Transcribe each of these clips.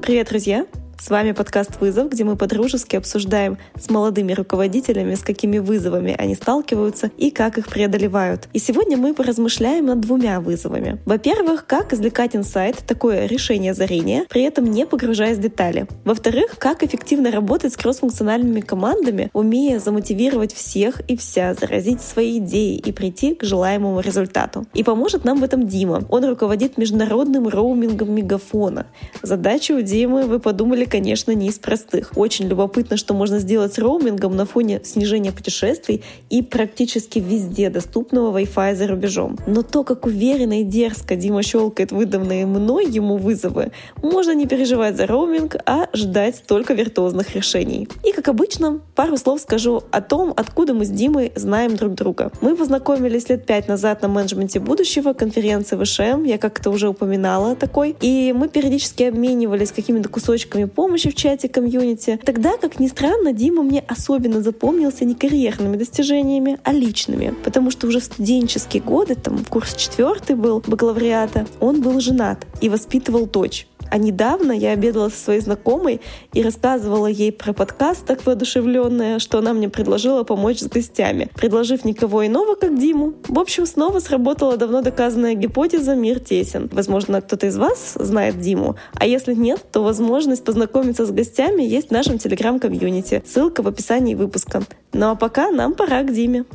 Привет, друзья! С вами подкаст «Вызов», где мы по-дружески обсуждаем с молодыми руководителями, с какими вызовами они сталкиваются и как их преодолевают. И сегодня мы поразмышляем над двумя вызовами. Во-первых, как извлекать инсайт, такое решение озарения, при этом не погружаясь в детали. Во-вторых, как эффективно работать с кроссфункциональными командами, умея замотивировать всех и вся, заразить свои идеи и прийти к желаемому результату. И поможет нам в этом Дима. Он руководит международным роумингом Мегафона. Задача у Димы, вы подумали, конечно, не из простых. Очень любопытно, что можно сделать с роумингом на фоне снижения путешествий и практически везде доступного Wi-Fi за рубежом. Но то, как уверенно и дерзко Дима щелкает выданные мной ему вызовы, можно не переживать за роуминг, а ждать только виртуозных решений. И, как обычно, пару слов скажу о том, откуда мы с Димой знаем друг друга. Мы познакомились лет 5 назад на менеджменте будущего, конференции ВШМ, я как-то уже упоминала такой, и мы периодически обменивались какими-то кусочками помощи в чате комьюнити. Тогда, как ни странно, Дима мне особенно запомнился не карьерными достижениями, а личными. Потому что уже в студенческие годы, курс 4 был бакалавриата, он был женат и воспитывал дочь. А недавно я обедала со своей знакомой и рассказывала ей про подкаст, так воодушевленная, что она мне предложила помочь с гостями, предложив никого иного, как Диму. В общем, снова сработала давно доказанная гипотеза «мир тесен». Возможно, кто-то из вас знает Диму, а если нет, то возможность познакомиться с гостями есть в нашем телеграм-комьюнити. Ссылка в описании выпуска. Ну а пока нам пора к Диме.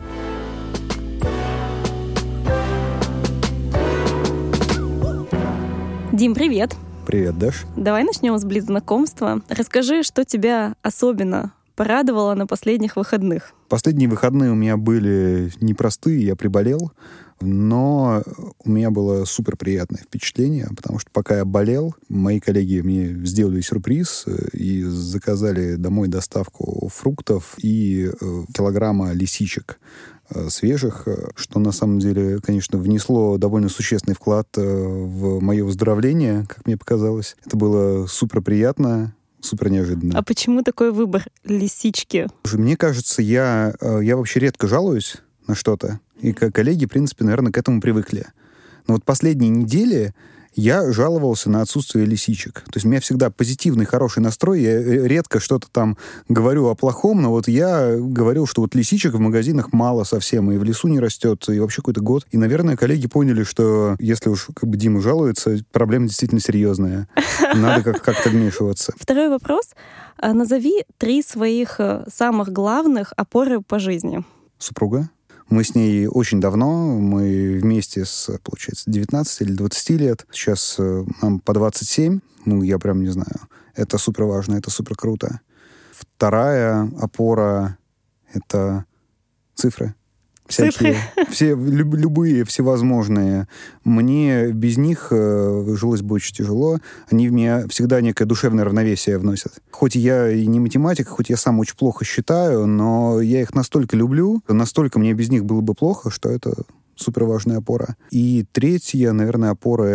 Дим, привет! Привет, Даш. Давай начнем с блиц-знакомства. Расскажи, что тебя особенно порадовало на последних выходных. Последние выходные у меня были непростые, я приболел, но у меня было супер приятное впечатление, потому что пока я болел, мои коллеги мне сделали сюрприз и заказали домой доставку фруктов и килограмма лисичек свежих, что на самом деле, конечно, внесло довольно существенный вклад в мое выздоровление, как мне показалось. Это было супер приятно, супер неожиданно. А почему такой выбор лисички? Мне кажется, я вообще редко жалуюсь на что-то, и коллеги, в принципе, наверное, к этому привыкли. Но вот последние недели я жаловался на отсутствие лисичек. То есть у меня всегда позитивный, хороший настрой. Я редко что-то там говорю о плохом, но вот я говорил, что вот лисичек в магазинах мало совсем, и в лесу не растет, и вообще какой-то год. И, наверное, коллеги поняли, что если уж Дима жалуется, проблема действительно серьезная. Надо как-то вмешиваться. Второй вопрос. Назови 3 своих самых главных опоры по жизни. Супруга. Мы с ней очень давно, мы вместе с, получается, 19 или 20 лет. Сейчас нам по 27, я прям не знаю. Это супер важно, это супер круто. Вторая опора — это цифры. Всякие, любые, всевозможные. Мне без них жилось бы очень тяжело. Они в меня всегда некое душевное равновесие вносят. Хоть я и не математик, хоть я сам очень плохо считаю, но я их настолько люблю, настолько мне без них было бы плохо, что это суперважная опора. И третья, наверное, опора